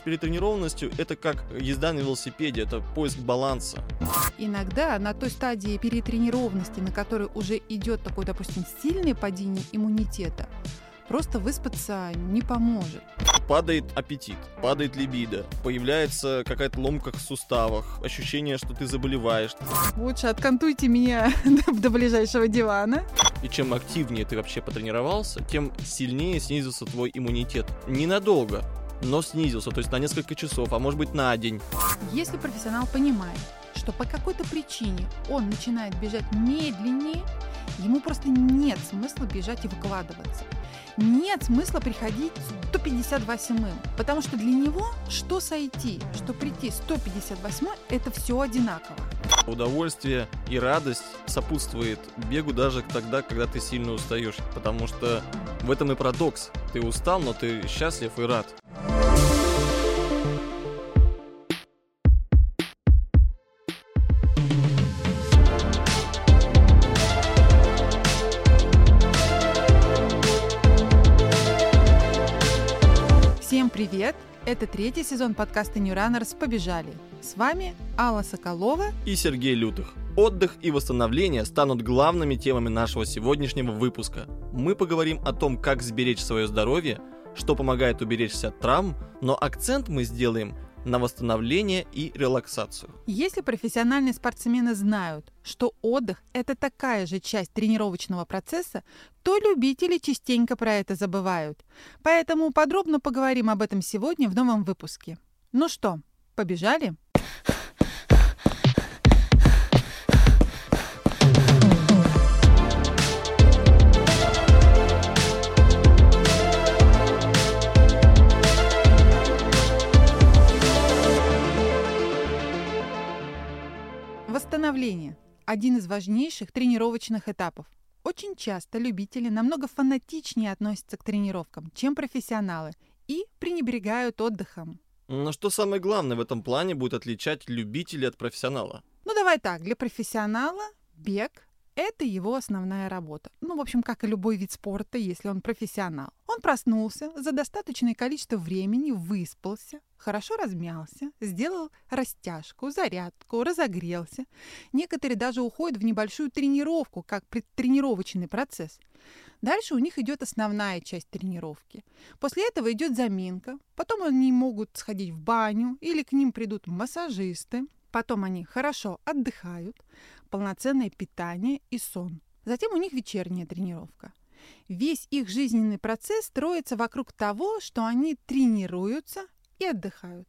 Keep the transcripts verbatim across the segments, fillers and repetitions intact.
перетренированностью это как езда на велосипеде, это поиск баланса. Иногда на той стадии перетренированности, на которой уже идет такое, допустим, сильное падение иммунитета, просто выспаться не поможет. Падает аппетит, падает либидо, появляется какая-то ломка в суставах, ощущение, что ты заболеваешь. Лучше откантуйте меня до ближайшего дивана. И чем активнее ты вообще потренировался, тем сильнее снизился твой иммунитет. Ненадолго, но снизился, то есть на несколько часов, а может быть на день. Если профессионал понимает, что по какой-то причине он начинает бежать медленнее, ему просто нет смысла бежать и выкладываться. Нет смысла приходить сто пятьдесят восьмым, потому что для него что сойти, что прийти сто пятьдесят восьмой, это все одинаково. Удовольствие и радость сопутствует бегу даже тогда, когда ты сильно устаешь, потому что в этом и парадокс. Ты устал, но ты счастлив и рад. Всем привет! Это третий сезон подкаста New Runners «Побежали». С вами Алла Соколова и Сергей Лютых. Отдых и восстановление станут главными темами нашего сегодняшнего выпуска. Мы поговорим о том, как сберечь свое здоровье, что помогает уберечься от травм, но акцент мы сделаем на восстановление и релаксацию. Если профессиональные спортсмены знают, что отдых – это такая же часть тренировочного процесса, то любители частенько про это забывают. Поэтому подробно поговорим об этом сегодня в новом выпуске. Ну что, побежали? Восстановление – один из важнейших тренировочных этапов. Очень часто любители намного фанатичнее относятся к тренировкам, чем профессионалы, и пренебрегают отдыхом. Но что самое главное в этом плане будет отличать любителя от профессионала? Ну давай так, для профессионала бег – это его основная работа. Ну, в общем, как и любой вид спорта, если он профессионал. Он проснулся за достаточное количество времени, выспался, хорошо размялся, сделал растяжку, зарядку, разогрелся. Некоторые даже уходят в небольшую тренировку, как предтренировочный процесс. Дальше у них идет основная часть тренировки. После этого идет заминка. Потом они могут сходить в баню или к ним придут массажисты. Потом они хорошо отдыхают, полноценное питание и сон. Затем у них вечерняя тренировка. Весь их жизненный процесс строится вокруг того, что они тренируются и отдыхают.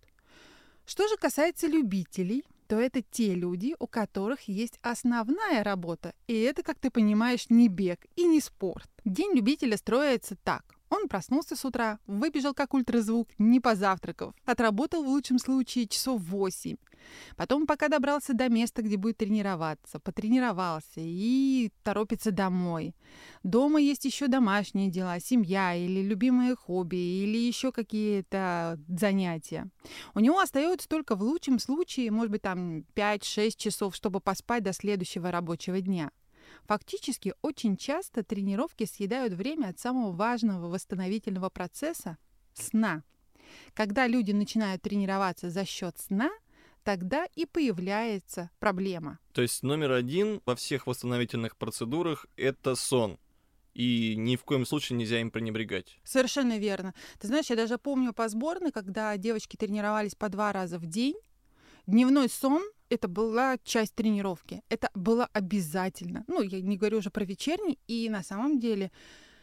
Что же касается любителей, то это те люди, у которых есть основная работа, и это, как ты понимаешь, не бег и не спорт. День любителя строится так. Он проснулся с утра, выбежал как ультразвук, не позавтракав, отработал в лучшем случае часов восемь. Потом, пока добрался до места, где будет тренироваться, потренировался и торопится домой. Дома есть еще домашние дела, семья или любимые хобби, или еще какие-то занятия. У него остается только в лучшем случае, может быть, там пять-шесть часов, чтобы поспать до следующего рабочего дня. Фактически, очень часто тренировки съедают время от самого важного восстановительного процесса – сна. Когда люди начинают тренироваться за счет сна, тогда и появляется проблема. То есть номер один во всех восстановительных процедурах – это сон. И ни в коем случае нельзя им пренебрегать. Совершенно верно. Ты знаешь, я даже помню по сборной, когда девочки тренировались по два раза в день, дневной сон – это была часть тренировки. Это было обязательно. Ну, я не говорю уже про вечерний. И на самом деле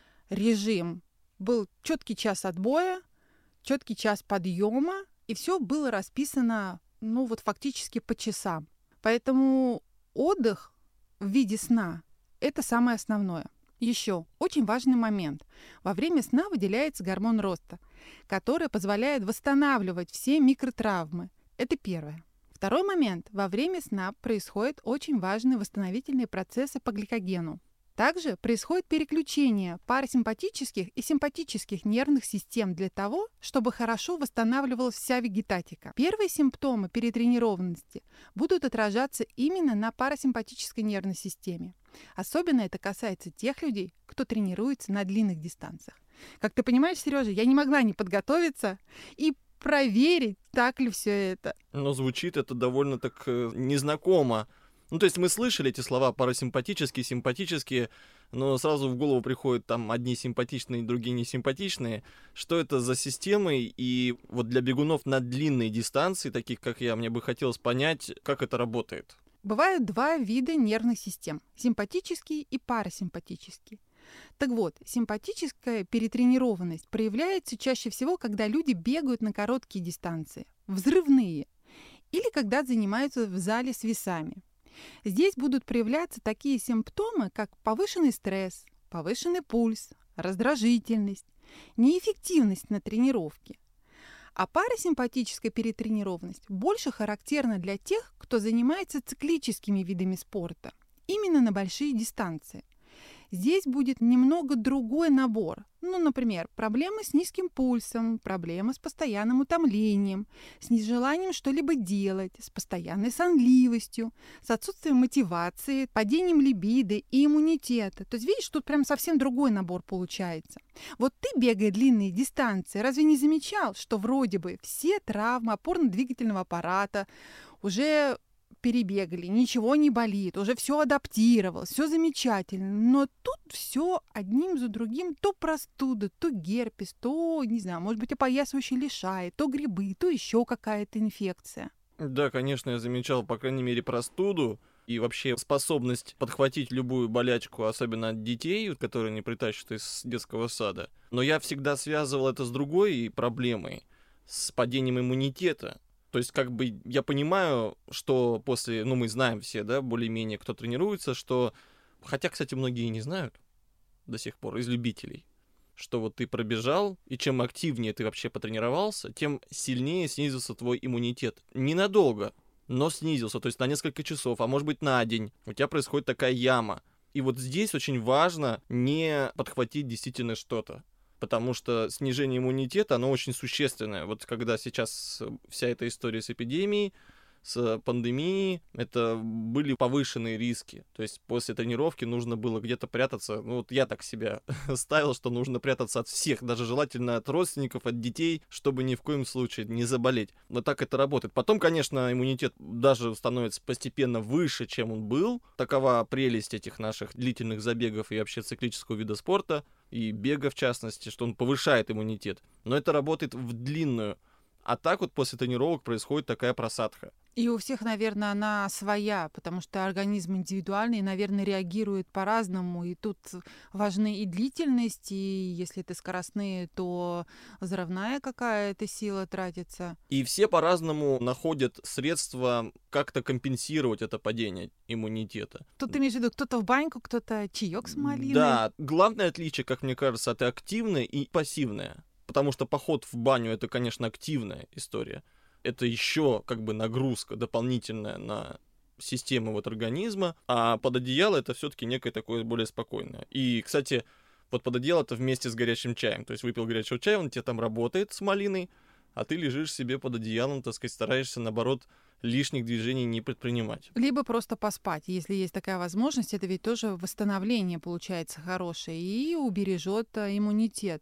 режим был четкий час отбоя, четкий час подъема, и все было расписано, ну, вот фактически по часам. Поэтому отдых в виде сна – это самое основное. Еще очень важный момент. Во время сна выделяется гормон роста, который позволяет восстанавливать все микротравмы. Это первое. Второй момент. Во время сна происходят очень важные восстановительные процессы по гликогену. Также происходит переключение парасимпатических и симпатических нервных систем для того, чтобы хорошо восстанавливалась вся вегетатика. Первые симптомы перетренированности будут отражаться именно на парасимпатической нервной системе. Особенно это касается тех людей, кто тренируется на длинных дистанциях. Как ты понимаешь, Сережа, я не могла не подготовиться и проверить, так ли все это. Но звучит это довольно так э, незнакомо. Ну, то есть мы слышали эти слова парасимпатические, симпатические, но сразу в голову приходят там одни симпатичные, другие несимпатичные. Что это за системы? И вот для бегунов на длинной дистанции, таких как я, мне бы хотелось понять, как это работает. Бывают два вида нервных систем – симпатические и парасимпатические. Так вот, симпатическая перетренированность проявляется чаще всего, когда люди бегают на короткие дистанции, взрывные, или когда занимаются в зале с весами. Здесь будут проявляться такие симптомы, как повышенный стресс, повышенный пульс, раздражительность, неэффективность на тренировке. А парасимпатическая перетренированность больше характерна для тех, кто занимается циклическими видами спорта, именно на большие дистанции. Здесь будет немного другой набор. Ну, например, проблемы с низким пульсом, проблемы с постоянным утомлением, с нежеланием что-либо делать, с постоянной сонливостью, с отсутствием мотивации, падением либидо и иммунитета. То есть, видишь, тут прям совсем другой набор получается. Вот ты, бегая длинные дистанции, разве не замечал, что вроде бы все травмы опорно-двигательного аппарата уже перебегали, ничего не болит, уже все адаптировалось, все замечательно, но тут все одним за другим, то простуда, то герпес, то, не знаю, может быть, опоясывающий лишай, то грибы, то еще какая-то инфекция. Да, конечно, я замечал, по крайней мере, простуду и вообще способность подхватить любую болячку, особенно от детей, которые не притащат из детского сада. Но я всегда связывал это с другой проблемой, с падением иммунитета. То есть, как бы, я понимаю, что после, ну, мы знаем все, да, более-менее, кто тренируется, что, хотя, кстати, многие и не знают до сих пор, из любителей, что вот ты пробежал, и чем активнее ты вообще потренировался, тем сильнее снизился твой иммунитет. Ненадолго, но снизился, то есть на несколько часов, а может быть на день. У тебя происходит такая яма. И вот здесь очень важно не подхватить действительно что-то. Потому что снижение иммунитета, оно очень существенное. Вот когда сейчас вся эта история с эпидемией, с пандемией, это были повышенные риски. То есть после тренировки нужно было где-то прятаться. Ну вот я так себя ставил, что нужно прятаться от всех, даже желательно от родственников, от детей, чтобы ни в коем случае не заболеть. Но так это работает. Потом, конечно, иммунитет даже становится постепенно выше, чем он был. Такова прелесть этих наших длительных забегов и вообще циклического вида спорта, и бега в частности, что он повышает иммунитет. Но это работает в длинную. А так вот после тренировок происходит такая просадка. И у всех, наверное, она своя, потому что организм индивидуальный, наверное, реагирует по-разному. И тут важны и длительность, и если ты скоростные, то взрывная какая-то сила тратится. И все по-разному находят средства как-то компенсировать это падение иммунитета. Тут ты имеешь в виду, кто-то в баньку, кто-то чаек с малиной. Да, главное отличие, как мне кажется, это активное и пассивное. Потому что поход в баню — это, конечно, активная история. Это еще как бы нагрузка дополнительная на систему вот организма, а под одеяло это все-таки некое такое более спокойное. И, кстати, вот под одеяло это вместе с горячим чаем. То есть выпил горячего чая, он тебе там работает с малиной, а ты лежишь себе под одеялом, так сказать, стараешься, наоборот, лишних движений не предпринимать. Либо просто поспать, если есть такая возможность. Это ведь тоже восстановление получается хорошее и убережет иммунитет.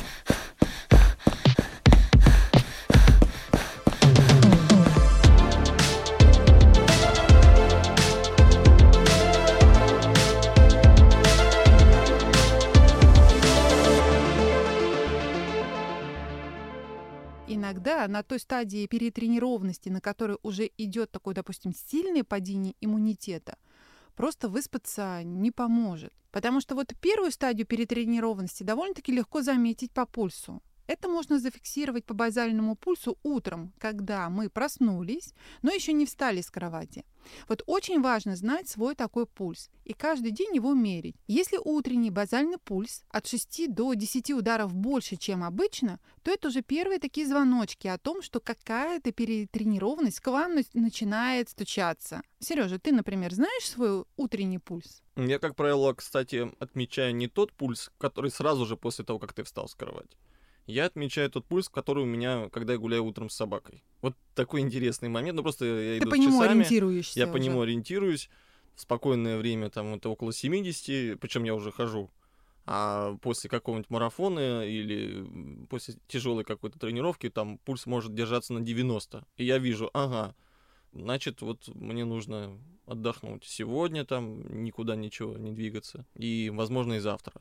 Иногда на той стадии перетренированности, на которой уже идет такое, допустим, сильное падение иммунитета, просто выспаться не поможет. Потому что вот первую стадию перетренированности довольно-таки легко заметить по пульсу. Это можно зафиксировать по базальному пульсу утром, когда мы проснулись, но еще не встали с кровати. Вот очень важно знать свой такой пульс и каждый день его мерить. Если утренний базальный пульс от шести до десяти ударов больше, чем обычно, то это уже первые такие звоночки о том, что какая-то перетренированность к вам начинает стучаться. Сережа, ты, например, знаешь свой утренний пульс? Я, как правило, кстати, отмечаю не тот пульс, который сразу же после того, как ты встал с кровати. Я отмечаю тот пульс, который у меня, когда я гуляю утром с собакой. Вот такой интересный момент. Ну, просто я иду Ты по с нему часами, ориентируешься я по уже. нему ориентируюсь. В спокойное время, там, это около семидесяти, причем я уже хожу А после какого-нибудь марафона или после тяжелой какой-то тренировки там пульс может держаться на девяносто. И я вижу, ага, значит, вот мне нужно отдохнуть сегодня, там никуда ничего не двигаться. И, возможно, и завтра.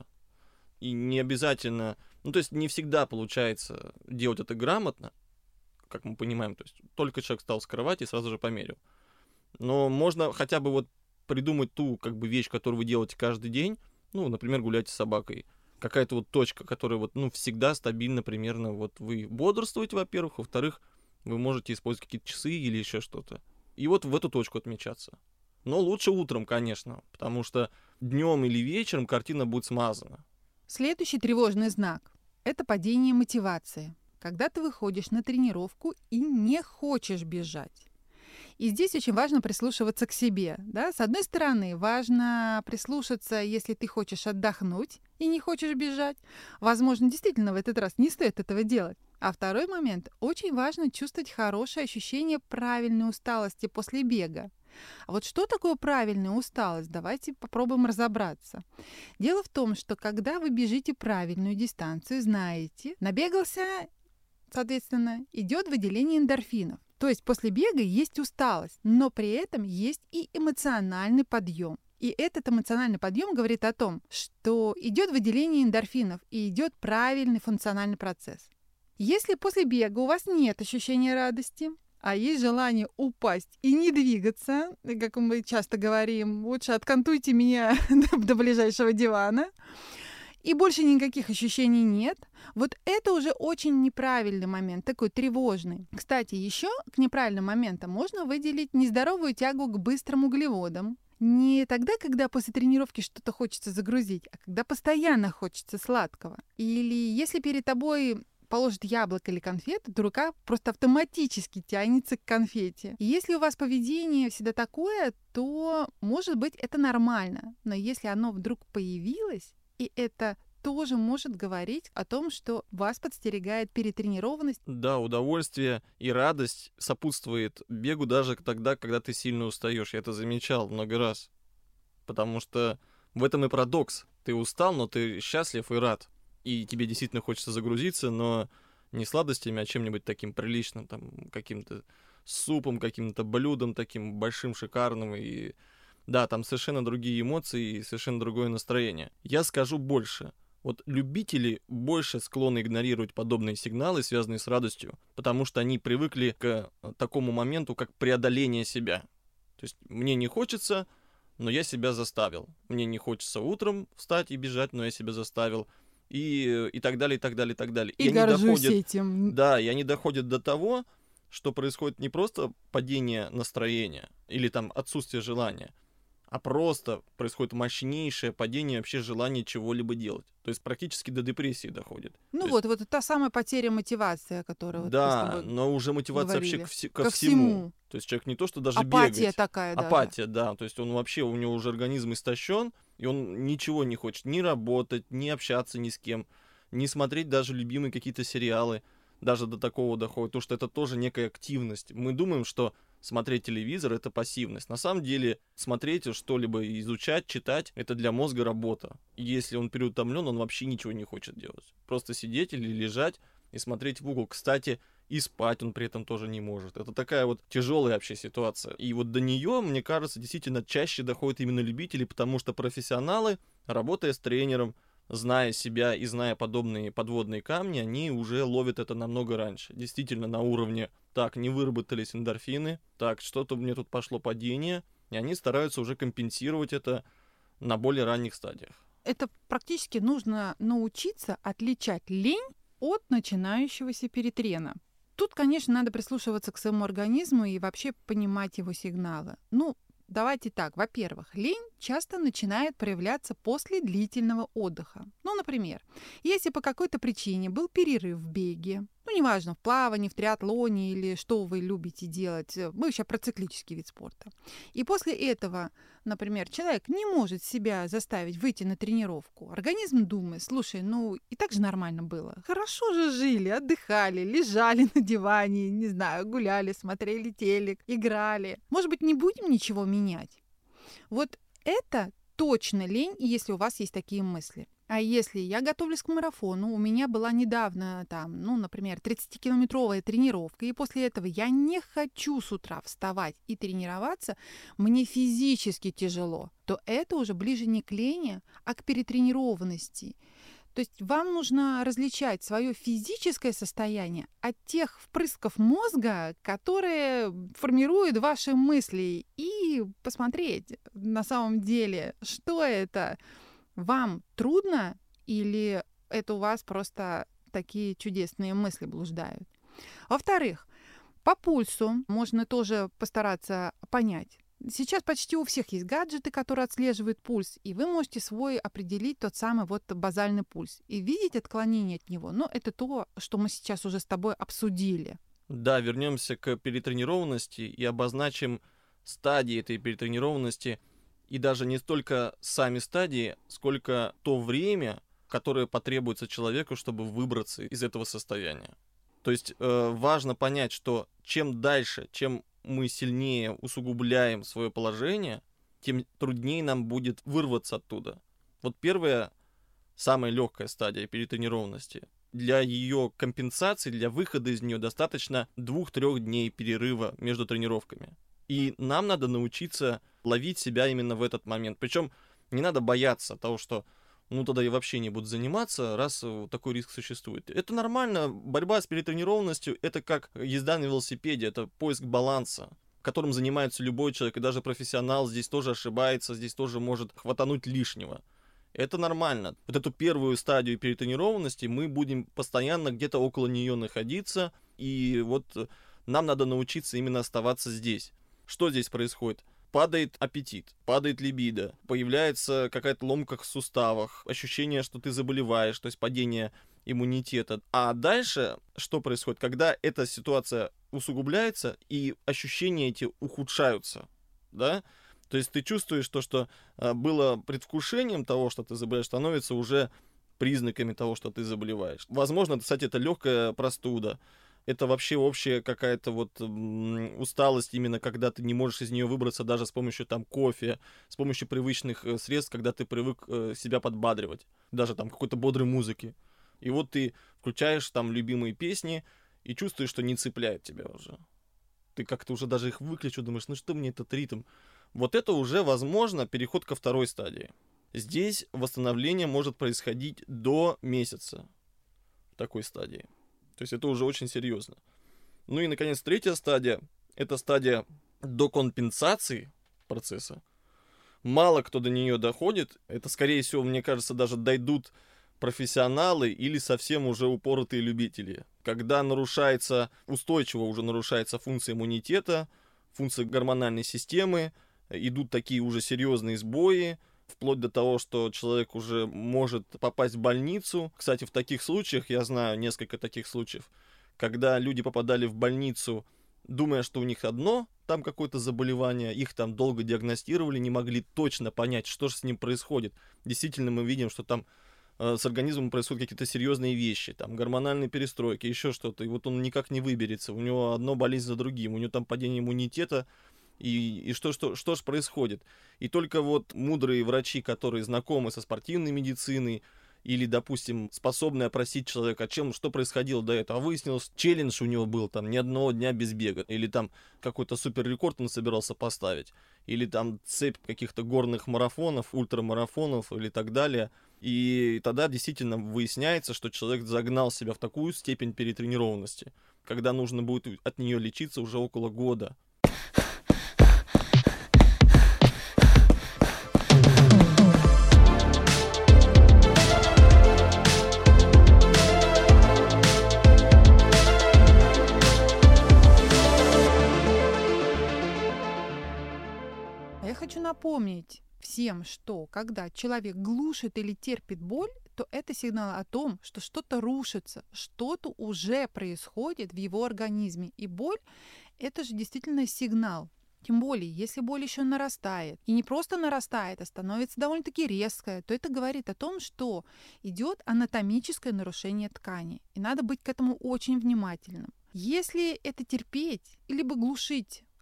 И не обязательно, ну, то есть не всегда получается делать это грамотно, как мы понимаем, то есть только человек встал с кровати и сразу же померил. Но можно хотя бы вот придумать ту, как бы, вещь, которую вы делаете каждый день, ну, например, гуляете с собакой. Какая-то вот точка, которая вот, ну, всегда стабильно примерно, вот вы бодрствуете, во-первых, во-вторых, вы можете использовать какие-то часы или еще что-то. И вот в эту точку отмечаться. Но лучше утром, конечно, потому что днем или вечером картина будет смазана. Следующий тревожный знак – это падение мотивации. Когда ты выходишь на тренировку и не хочешь бежать. И здесь очень важно прислушиваться к себе. Да? С одной стороны, важно прислушаться, если ты хочешь отдохнуть и не хочешь бежать. Возможно, действительно в этот раз не стоит этого делать. А второй момент – очень важно чувствовать хорошее ощущение правильной усталости после бега. А вот что такое правильная усталость? Давайте попробуем разобраться. Дело в том, что когда вы бежите правильную дистанцию, знаете, набегался, соответственно, идет выделение эндорфинов. То есть после бега есть усталость, но при этом есть и эмоциональный подъем. И этот эмоциональный подъем говорит о том, что идет выделение эндорфинов и идет правильный функциональный процесс. Если после бега у вас нет ощущения радости, а есть желание упасть и не двигаться, как мы часто говорим, лучше откантуйте меня до ближайшего дивана, и больше никаких ощущений нет, вот это уже очень неправильный момент, такой тревожный. Кстати, еще к неправильным моментам можно выделить нездоровую тягу к быстрым углеводам. Не тогда, когда после тренировки что-то хочется загрузить, а когда постоянно хочется сладкого. Или если перед тобой положит яблоко или конфету, то рука просто автоматически тянется к конфете. И если у вас поведение всегда такое, то, может быть, это нормально. Но если оно вдруг появилось, и это тоже может говорить о том, что вас подстерегает перетренированность. Да, удовольствие и радость сопутствует бегу даже тогда, когда ты сильно устаешь. Я это замечал много раз. Потому что в этом и парадокс. Ты устал, но ты счастлив и рад. И тебе действительно хочется загрузиться, но не сладостями, а чем-нибудь таким приличным, там, каким-то супом, каким-то блюдом таким большим, шикарным. И да, там совершенно другие эмоции и совершенно другое настроение. Я скажу больше. Вот любители больше склонны игнорировать подобные сигналы, связанные с радостью, потому что они привыкли к такому моменту, как преодоление себя. То есть мне не хочется, но я себя заставил. Мне не хочется утром встать и бежать, но я себя заставил. И, и так далее, и так далее, и так далее. И, и горжусь доходят, этим. Да, и они доходят до того, что происходит не просто падение настроения или там отсутствие желания, а просто происходит мощнейшее падение вообще желания чего-либо делать. То есть практически до депрессии доходит. Ну То вот, есть... вот та самая потеря мотивации, которая вот да, но уже мотивация говорили. Вообще ко, вс- ко, ко всему. всему. То есть человек не то, что даже апатия бегать. такая даже. Апатия, да. То есть он вообще, у него уже организм истощен, и он ничего не хочет. Ни работать, ни общаться ни с кем, ни смотреть даже любимые какие-то сериалы. Даже до такого доходит. Потому что это тоже некая активность. Мы думаем, что смотреть телевизор — это пассивность. На самом деле, смотреть что-либо, изучать, читать — это для мозга работа. И если он переутомлен, он вообще ничего не хочет делать. Просто сидеть или лежать и смотреть в угол. Кстати, и спать он при этом тоже не может. Это такая вот тяжелая вообще ситуация. И вот до нее, мне кажется, действительно чаще доходят именно любители, потому что профессионалы, работая с тренером, зная себя и зная подобные подводные камни, они уже ловят это намного раньше. Действительно, на уровне «так, не выработались эндорфины», «так, что-то мне тут пошло падение», и они стараются уже компенсировать это на более ранних стадиях. Это практически нужно научиться отличать лень от начинающегося перетрена. Тут, конечно, надо прислушиваться к своему организму и вообще понимать его сигналы. Ну, давайте так. Во-первых, лень часто начинает проявляться после длительного отдыха. Ну, например, если по какой-то причине был перерыв в беге, ну, неважно, в плавании, в триатлоне или что вы любите делать, мы еще про циклический вид спорта. И после этого, например, человек не может себя заставить выйти на тренировку. Организм думает: слушай, ну и так же нормально было. Хорошо же жили, отдыхали, лежали на диване, не знаю, гуляли, смотрели телек, играли. Может быть, не будем ничего менять? Вот это точно лень, если у вас есть такие мысли. А если я готовлюсь к марафону, у меня была недавно там, ну, например, тридцатикилометровая тренировка, и после этого я не хочу с утра вставать и тренироваться, мне физически тяжело, то это уже ближе не к лени, а к перетренированности. То есть вам нужно различать свое физическое состояние от тех впрысков мозга, которые формируют ваши мысли, и посмотреть на самом деле, что это. Вам трудно или это у вас просто такие чудесные мысли блуждают? Во-вторых, по пульсу можно тоже постараться понять. Сейчас почти у всех есть гаджеты, которые отслеживают пульс, и вы можете свой определить тот самый вот базальный пульс и видеть отклонение от него. Но это то, что мы сейчас уже с тобой обсудили. Да, вернемся к перетренированности и обозначим стадии этой перетренированности. И даже не столько сами стадии, сколько то время, которое потребуется человеку, чтобы выбраться из этого состояния. То есть э, важно понять, что чем дальше, чем мы сильнее усугубляем свое положение, тем труднее нам будет вырваться оттуда. Вот первая, самая легкая стадия перетренированности. Для ее компенсации, для выхода из нее достаточно двух-трех дней перерыва между тренировками. И нам надо научиться ловить себя именно в этот момент. Причем не надо бояться того, что ну тогда я вообще не буду заниматься, раз такой риск существует. Это нормально. Борьба с перетренированностью — это как езда на велосипеде, это поиск баланса, которым занимается любой человек, и даже профессионал здесь тоже ошибается, здесь тоже может хватануть лишнего. Это нормально. Вот эту первую стадию перетренированности мы будем постоянно где-то около нее находиться, и вот нам надо научиться именно оставаться здесь. Что здесь происходит? Падает аппетит, падает либидо, появляется какая-то ломка в суставах, ощущение, что ты заболеваешь, то есть падение иммунитета. А дальше что происходит? Когда эта ситуация усугубляется и ощущения эти ухудшаются, да? То есть ты чувствуешь то, что было предвкушением того, что ты заболеваешь, становится уже признаками того, что ты заболеваешь. Возможно, кстати, это легкая простуда. Это вообще общая какая-то вот усталость, именно когда ты не можешь из нее выбраться даже с помощью там кофе, с помощью привычных средств, когда ты привык себя подбадривать, даже там какой-то бодрой музыки. И вот ты включаешь там любимые песни и чувствуешь, что не цепляет тебя уже. Ты как-то уже даже их выключил, думаешь, ну что мне этот ритм? Вот это уже, возможно, переход ко второй стадии. Здесь восстановление может происходить до месяца в такой стадии. То есть это уже очень серьезно. Ну и, наконец, третья стадия. Это стадия докомпенсации процесса. Мало кто до нее доходит. Это, скорее всего, мне кажется, даже дойдут профессионалы или совсем уже упоротые любители. Когда нарушается, устойчиво уже нарушается функция иммунитета, функция гормональной системы, идут такие уже серьезные сбои, вплоть до того, что человек уже может попасть в больницу. Кстати, в таких случаях, я знаю несколько таких случаев, когда люди попадали в больницу, думая, что у них одно, там какое-то заболевание, их там долго диагностировали, не могли точно понять, что же с ним происходит. Действительно, мы видим, что там э, с организмом происходят какие-то серьезные вещи, там гормональные перестройки, еще что-то, и вот он никак не выберется, у него одно болезнь за другим, у него там падение иммунитета. И, и что, что, что же происходит? И только вот мудрые врачи, которые знакомы со спортивной медициной или, допустим, способны опросить человека, о чем, что происходило до этого. А выяснилось, челлендж у него был там ни одного дня без бега. Или там какой-то суперрекорд он собирался поставить. Или там цепь каких-то горных марафонов, ультрамарафонов или так далее. И тогда действительно выясняется, что человек загнал себя в такую степень перетренированности, когда нужно будет от нее лечиться уже около года. Я хочу напомнить всем, что когда человек глушит или терпит боль, то это сигнал о том, что что-то рушится, что-то уже происходит в его организме. И боль – это же действительно сигнал. Тем более, если боль еще нарастает, и не просто нарастает, а становится довольно-таки резкая, то это говорит о том, что идет анатомическое нарушение ткани. И надо быть к этому очень внимательным. Если это терпеть, либо глушить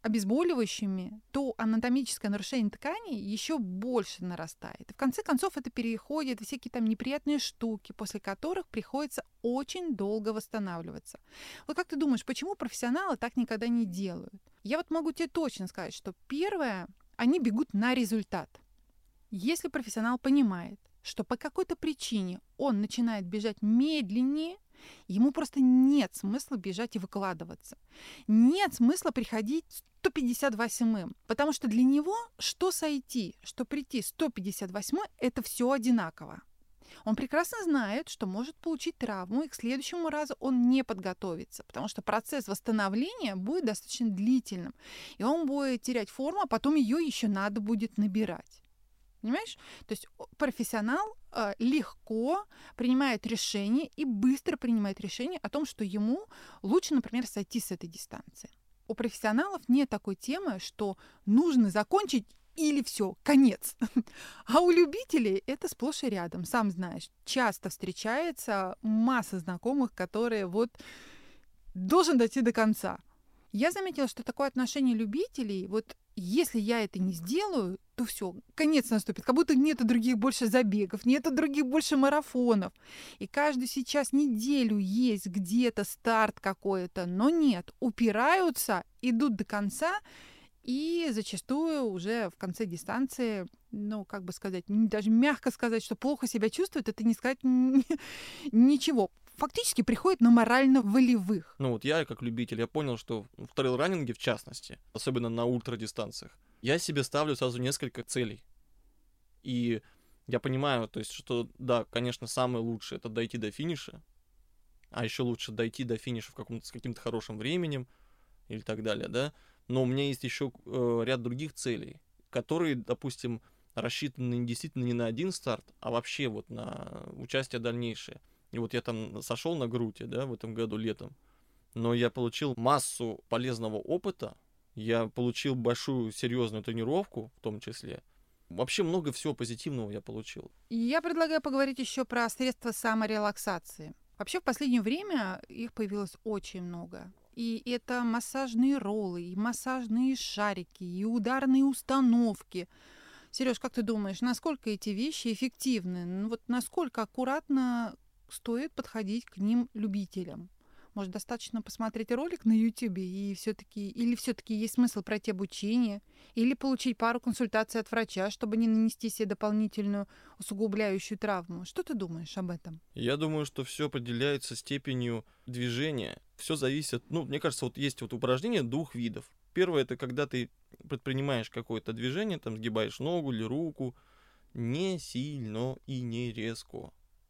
обезболивающими, то анатомическое нарушение тканей еще больше нарастает. И в конце концов это переходит в всякие там неприятные штуки, после которых приходится очень долго восстанавливаться. Вот как ты думаешь, почему профессионалы так никогда не делают? Я вот могу тебе точно сказать, что первое, они бегут на результат. Если профессионал понимает, что по какой-то причине он начинает бежать медленнее, ему просто нет смысла бежать и выкладываться. Нет смысла приходить сто пятьдесят восьмым, потому что для него что сойти, что прийти сто пятьдесят восьмой – это все одинаково. Он прекрасно знает, что может получить травму, и к следующему разу он не подготовится, потому что процесс восстановления будет достаточно длительным, и он будет терять форму, а потом ее еще надо будет набирать. Понимаешь? То есть профессионал э, легко принимает решение и быстро принимает решение о том, что ему лучше, например, сойти с этой дистанции. У профессионалов нет такой темы, что нужно закончить или все, конец. А у любителей это сплошь и рядом. Сам знаешь, часто встречается масса знакомых, которые вот должен дойти до конца. Я заметила, что такое отношение любителей, вот если я это не сделаю, то все, конец наступит. Как будто нету других больше забегов, нету других больше марафонов. И каждую сейчас неделю есть где-то старт какой-то, но нет, упираются, идут до конца, и зачастую уже в конце дистанции, ну, как бы сказать, даже мягко сказать, что плохо себя чувствует, это не сказать ничего. Фактически приходит на морально-волевых. Ну вот я, как любитель, я понял, что в трейл-раннинге, в частности, особенно на ультрадистанциях, я себе ставлю сразу несколько целей. И я понимаю, то есть, что, да, конечно, самое лучшее — это дойти до финиша, а еще лучше дойти до финиша в каком-то, с каким-то хорошим временем или так далее, да. Но у меня есть еще э, ряд других целей, которые, допустим, рассчитаны действительно не на один старт, а вообще вот на участие дальнейшее. И вот я там сошел на Груте, да, в этом году летом, но я получил массу полезного опыта, я получил большую серьезную тренировку в том числе. Вообще много всего позитивного я получил. Я предлагаю поговорить еще про средства саморелаксации. Вообще в последнее время их появилось очень много. И это массажные роллы, и массажные шарики, и ударные установки. Сереж, как ты думаешь, насколько эти вещи эффективны? Ну, вот насколько аккуратно стоит подходить к ним любителям? Может, достаточно посмотреть ролик на YouTube и все-таки, или все-таки есть смысл пройти обучение, или получить пару консультаций от врача, чтобы не нанести себе дополнительную усугубляющую травму? Что ты думаешь об этом? Я думаю, что все определяется степенью движения. Все зависит, ну, мне кажется, вот есть вот упражнения двух видов. Первое — это когда ты предпринимаешь какое-то движение, там сгибаешь ногу или руку, не сильно и не резко.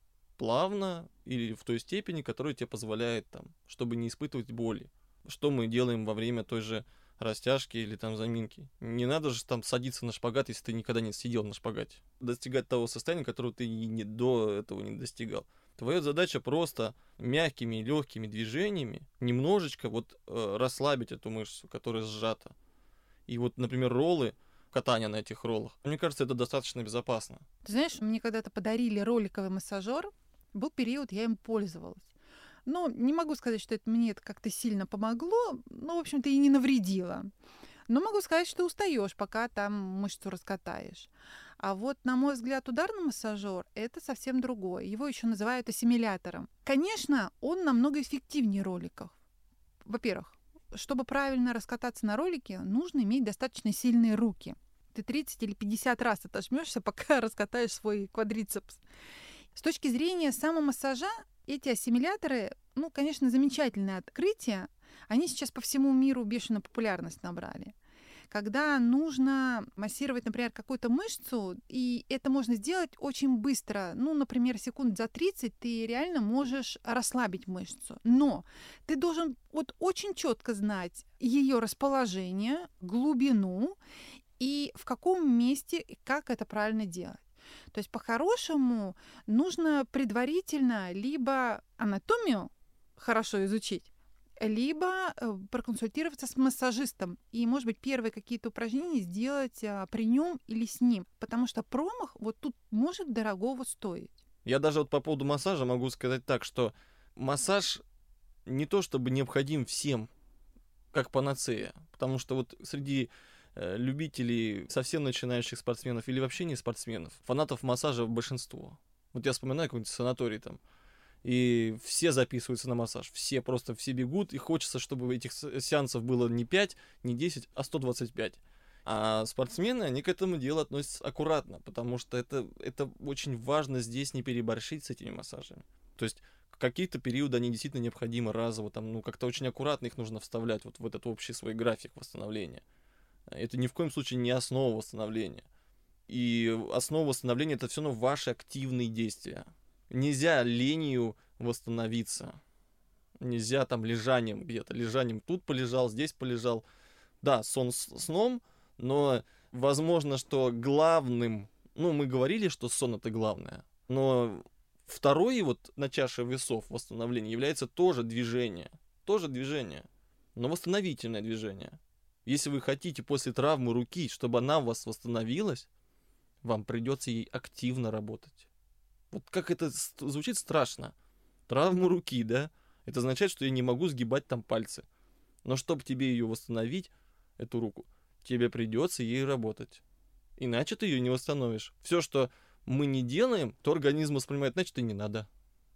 Плавно или в той степени, которая тебе позволяет, там, чтобы не испытывать боли. Что мы делаем во время той же растяжки или там заминки. Не надо же там садиться на шпагат, если ты никогда не сидел на шпагате. Достигать того состояния, которого ты и не, до этого не достигал. Твоя задача просто мягкими и легкими движениями немножечко вот э, расслабить эту мышцу, которая сжата. И вот, например, роллы, катание на этих роллах, мне кажется, это достаточно безопасно. Ты знаешь, мне когда-то подарили роликовый массажер. Был период, я им пользовалась. Но не могу сказать, что это мне это как-то сильно помогло, но, в общем-то, и не навредило. Но могу сказать, что устаешь, пока там мышцу раскатаешь. А вот, на мой взгляд, ударный массажер — это совсем другое. Его еще называют ассимилятором. Конечно, он намного эффективнее роликов. Во-первых, чтобы правильно раскататься на ролике, нужно иметь достаточно сильные руки. Ты тридцать или пятьдесят раз отожмешься, пока раскатаешь свой квадрицепс. С точки зрения самомассажа, эти ассимиляторы, ну, конечно, замечательное открытие. Они сейчас по всему миру бешеную популярность набрали. Когда нужно массировать, например, какую-то мышцу, и это можно сделать очень быстро, ну, например, секунд за тридцать ты реально можешь расслабить мышцу. Но ты должен вот очень четко знать ее расположение, глубину и в каком месте и как это правильно делать. То есть, по-хорошему, нужно предварительно либо анатомию хорошо изучить, либо проконсультироваться с массажистом. И, может быть, первые какие-то упражнения сделать при нем или с ним. Потому что промах вот тут может дорогого стоить. Я даже вот по поводу массажа могу сказать так, что массаж не то чтобы необходим всем, как панацея. Потому что вот среди э, любителей совсем начинающих спортсменов или вообще не спортсменов, фанатов массажа большинство. Вот я вспоминаю какой-нибудь санаторий там, и все записываются на массаж, все просто, все бегут, и хочется, чтобы этих сеансов было не пять, не десять, а сто двадцать пять. А спортсмены, они к этому делу относятся аккуратно, потому что это, это очень важно здесь не переборщить с этими массажами. То есть какие-то периоды они действительно необходимы разово, там, ну, как-то очень аккуратно их нужно вставлять вот в этот общий свой график восстановления. Это ни в коем случае не основа восстановления. И основа восстановления — это все равно ваши активные действия. Нельзя ленью восстановиться. Нельзя там лежанием где-то. Лежанием тут полежал, здесь полежал. Да, сон с сном, но возможно, что главным... Ну, мы говорили, что сон — это главное. Но второй вот на чаше весов восстановления является тоже движение. Тоже движение. Но восстановительное движение. Если вы хотите после травмы руки, чтобы она у вас восстановилась, вам придется ей активно работать. Вот как это звучит страшно. Травма руки, да? Это означает, что я не могу сгибать там пальцы. Но чтобы тебе ее восстановить, эту руку, тебе придется ей работать. Иначе ты ее не восстановишь. Все, что мы не делаем, то организм воспринимает, значит, и не надо.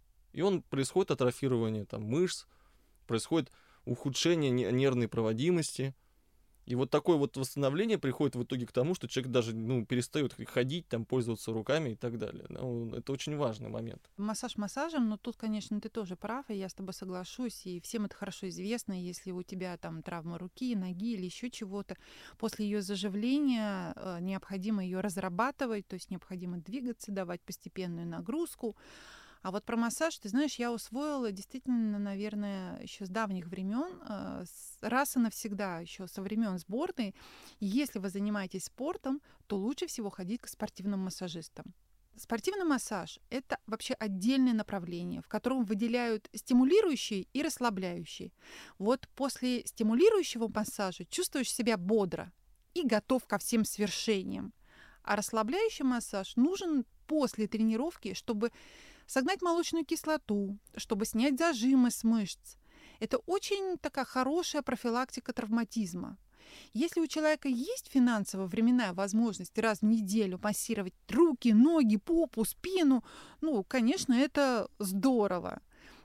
И он происходит атрофирование там, мышц, происходит ухудшение нервной проводимости. И вот такое вот восстановление приходит в итоге к тому, что человек даже ну, перестает ходить, там, пользоваться руками и так далее. Ну, это очень важный момент. Массаж массажем, но тут, конечно, ты тоже прав, и я с тобой соглашусь, и всем это хорошо известно, если у тебя там травма руки, ноги или еще чего-то, после ее заживления э, необходимо ее разрабатывать, то есть необходимо двигаться, давать постепенную нагрузку. А вот про массаж, ты знаешь, я усвоила действительно, наверное, еще с давних времен, раз и навсегда, еще со времен сборной. Если вы занимаетесь спортом, то лучше всего ходить к спортивным массажистам. Спортивный массаж – это вообще отдельное направление, в котором выделяют стимулирующий и расслабляющий. Вот после стимулирующего массажа чувствуешь себя бодро и готов ко всем свершениям. А расслабляющий массаж нужен после тренировки, чтобы согнать молочную кислоту, чтобы снять зажимы с мышц. Это очень такая хорошая профилактика травматизма. Если у человека есть финансово-временная возможность раз в неделю массировать руки, ноги, попу, спину, ну, конечно, это здорово.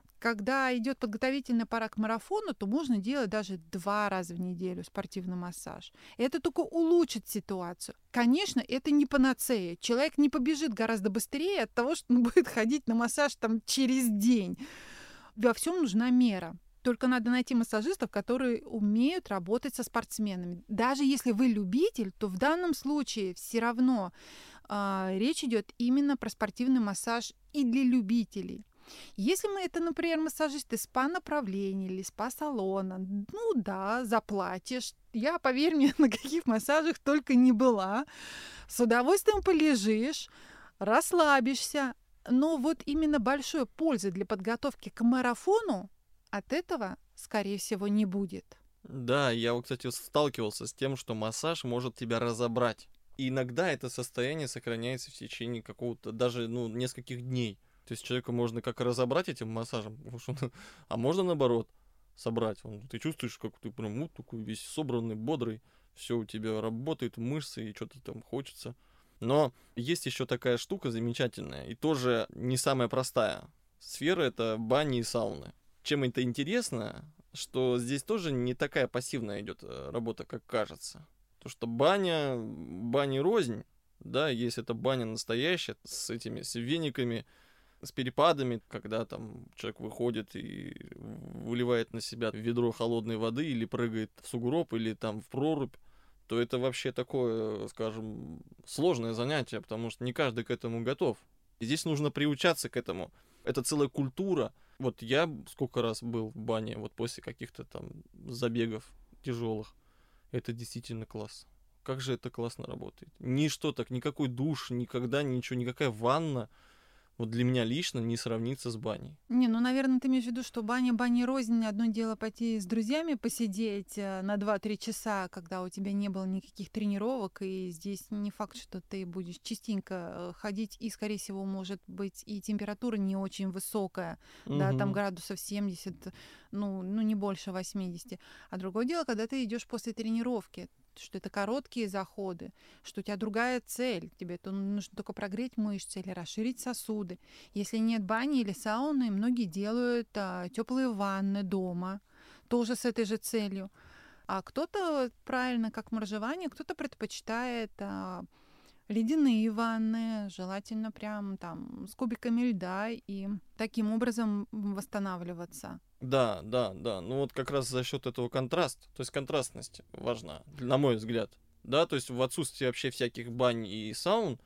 Когда идет подготовительная пора к марафону, то можно делать даже два раза в неделю спортивный массаж. Это только улучшит ситуацию. Конечно, это не панацея. Человек не побежит гораздо быстрее от того, что он будет ходить на массаж там, через день. Во всем нужна мера. Только надо найти массажистов, которые умеют работать со спортсменами. Даже если вы любитель, то в данном случае все равно э, речь идет именно про спортивный массаж и для любителей. Если мы это, например, массажисты спа-направления или спа-салона, ну да, заплатишь. Я, поверь мне, на каких массажах только не была. С удовольствием полежишь, расслабишься. Но вот именно большой пользы для подготовки к марафону от этого, скорее всего, не будет. Да, я, кстати, сталкивался с тем, что массаж может тебя разобрать. И иногда это состояние сохраняется в течение какого-то, даже, ну, нескольких дней. То есть человека можно как разобрать этим массажем, а можно наоборот собрать. Ты чувствуешь, как ты прям ну, такой весь собранный, бодрый, все у тебя работает, мышцы и что-то там хочется. Но есть еще такая штука замечательная и тоже не самая простая. Сфера — это бани и сауны. Чем это интересно, что здесь тоже не такая пассивная идет работа, как кажется. Потому что баня, бани рознь, да, есть эта баня настоящая с этими с вениками, с перепадами, когда там человек выходит и выливает на себя ведро холодной воды или прыгает в сугроб или там в прорубь, то это вообще такое, скажем, сложное занятие, потому что не каждый к этому готов. И здесь нужно приучаться к этому. Это целая культура. Вот я сколько раз был в бане, вот после каких-то там забегов тяжелых. Это действительно класс. Как же это классно работает. Ничто так, никакой душ, никогда ничего, никакая ванна. вот для меня лично не сравнится с баней. Не, ну, наверное, ты имеешь в виду, что баня, баня рознь. Одно дело пойти с друзьями посидеть э, на два-три часа, когда у тебя не было никаких тренировок, и здесь не факт, что ты будешь частенько э, ходить, и, скорее всего, может быть, и температура не очень высокая, да, там Мгм. градусов семьдесят, ну, ну, не больше восьмидесяти. А другое дело, когда ты идешь после тренировки, что это короткие заходы, что у тебя другая цель, тебе то нужно только прогреть мышцы или расширить сосуды. Если нет бани или сауны, многие делают а, теплые ванны дома, тоже с этой же целью. А кто-то, правильно, как моржевание, кто-то предпочитает а, ледяные ванны, желательно прям там с кубиками льда, и таким образом восстанавливаться. Да, да, да. Ну вот как раз за счет этого контраста, то есть контрастность важна, на мой взгляд. Да, то есть в отсутствии вообще всяких бань и саун,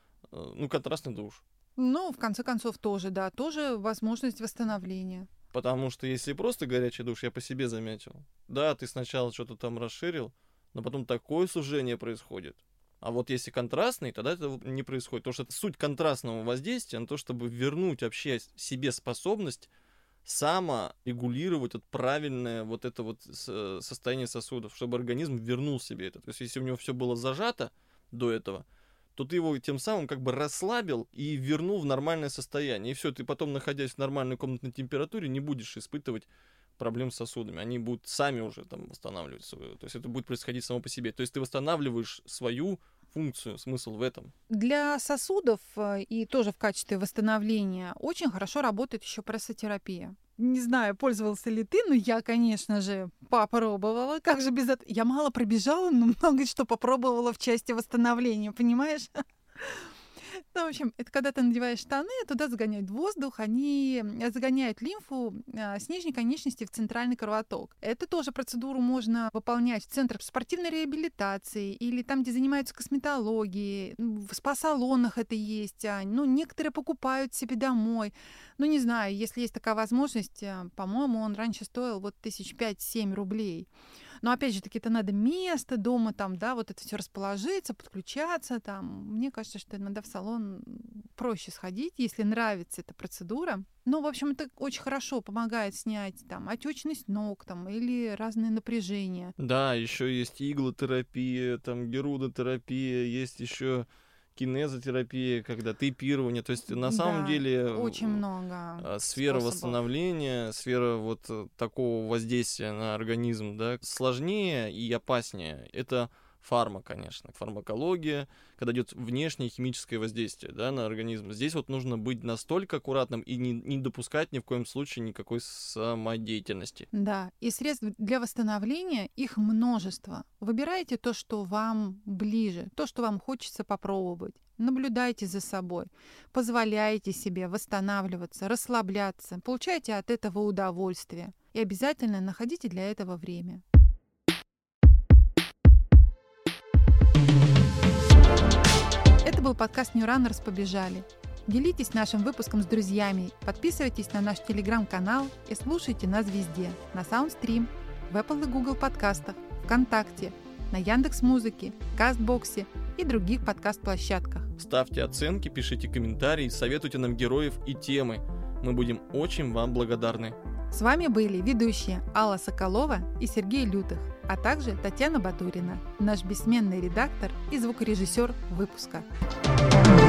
э, ну, контрастный душ. Ну, в конце концов, тоже, да, тоже возможность восстановления. Потому что если просто горячий душ, я по себе заметил, да, ты сначала что-то там расширил, но потом такое сужение происходит. А вот если контрастный, тогда это не происходит. Потому что это суть контрастного воздействия на то, чтобы вернуть вообще себе способность саморегулировать вот правильное вот это вот с- состояние сосудов, чтобы организм вернул себе это. То есть если у него все было зажато до этого, то ты его тем самым как бы расслабил и вернул в нормальное состояние. И все, ты потом, находясь в нормальной комнатной температуре, не будешь испытывать проблем с сосудами. Они будут сами уже там восстанавливать свою. То есть это будет происходить само по себе. То есть ты восстанавливаешь свою функцию, смысл в этом. Для сосудов э, и тоже в качестве восстановления очень хорошо работает еще прессотерапия. Не знаю, пользовался ли ты, но я, конечно же, попробовала. Как же без этого? Я мало пробежала, но много что попробовала в части восстановления, понимаешь? Ну, в общем, это когда ты надеваешь штаны, туда загоняют воздух, они э, загоняют лимфу э, с нижней конечности в центральный кровоток. Эту тоже процедуру можно выполнять в центрах спортивной реабилитации или там, где занимаются косметологией, м, в спа-салонах это есть. а, Ну, некоторые покупают себе домой. Ну, не знаю, если есть такая возможность, э, по-моему, он раньше стоил вот тысяч пять-семь рублей. Но опять же таки, это надо место дома, там, да, вот это все расположиться, подключаться, там. Мне кажется, что иногда в салон проще сходить, если нравится эта процедура. Ну, в общем, это очень хорошо помогает снять там отечность ног там или разные напряжения. Да, еще есть иглотерапия, там герудотерапия, есть еще кинезотерапия, когда тейпирование. То есть на самом Да, деле очень э, много а, сфера способов. восстановления, сфера вот э, такого воздействия на организм, да, сложнее и опаснее. Это фарма, конечно, фармакология, когда идет внешнее химическое воздействие, да, на организм. Здесь вот нужно быть настолько аккуратным и не, не допускать ни в коем случае никакой самодеятельности. Да, и средств для восстановления их множество. Выбирайте то, что вам ближе, то, что вам хочется попробовать. Наблюдайте за собой, позволяйте себе восстанавливаться, расслабляться, получайте от этого удовольствие. И обязательно находите для этого время. Это был подкаст New Runners «Побежали». Делитесь нашим выпуском с друзьями, подписывайтесь на наш телеграм-канал и слушайте нас везде. На Soundstream, в Apple и Google подкастах, ВКонтакте, на Яндекс.Музыке, Кастбоксе и других подкаст-площадках. Ставьте оценки, пишите комментарии, советуйте нам героев и темы. Мы будем очень вам благодарны. С вами были ведущие Алла Соколова и Сергей Лютых, а также Татьяна Батурина, наш бессменный редактор и звукорежиссер выпуска.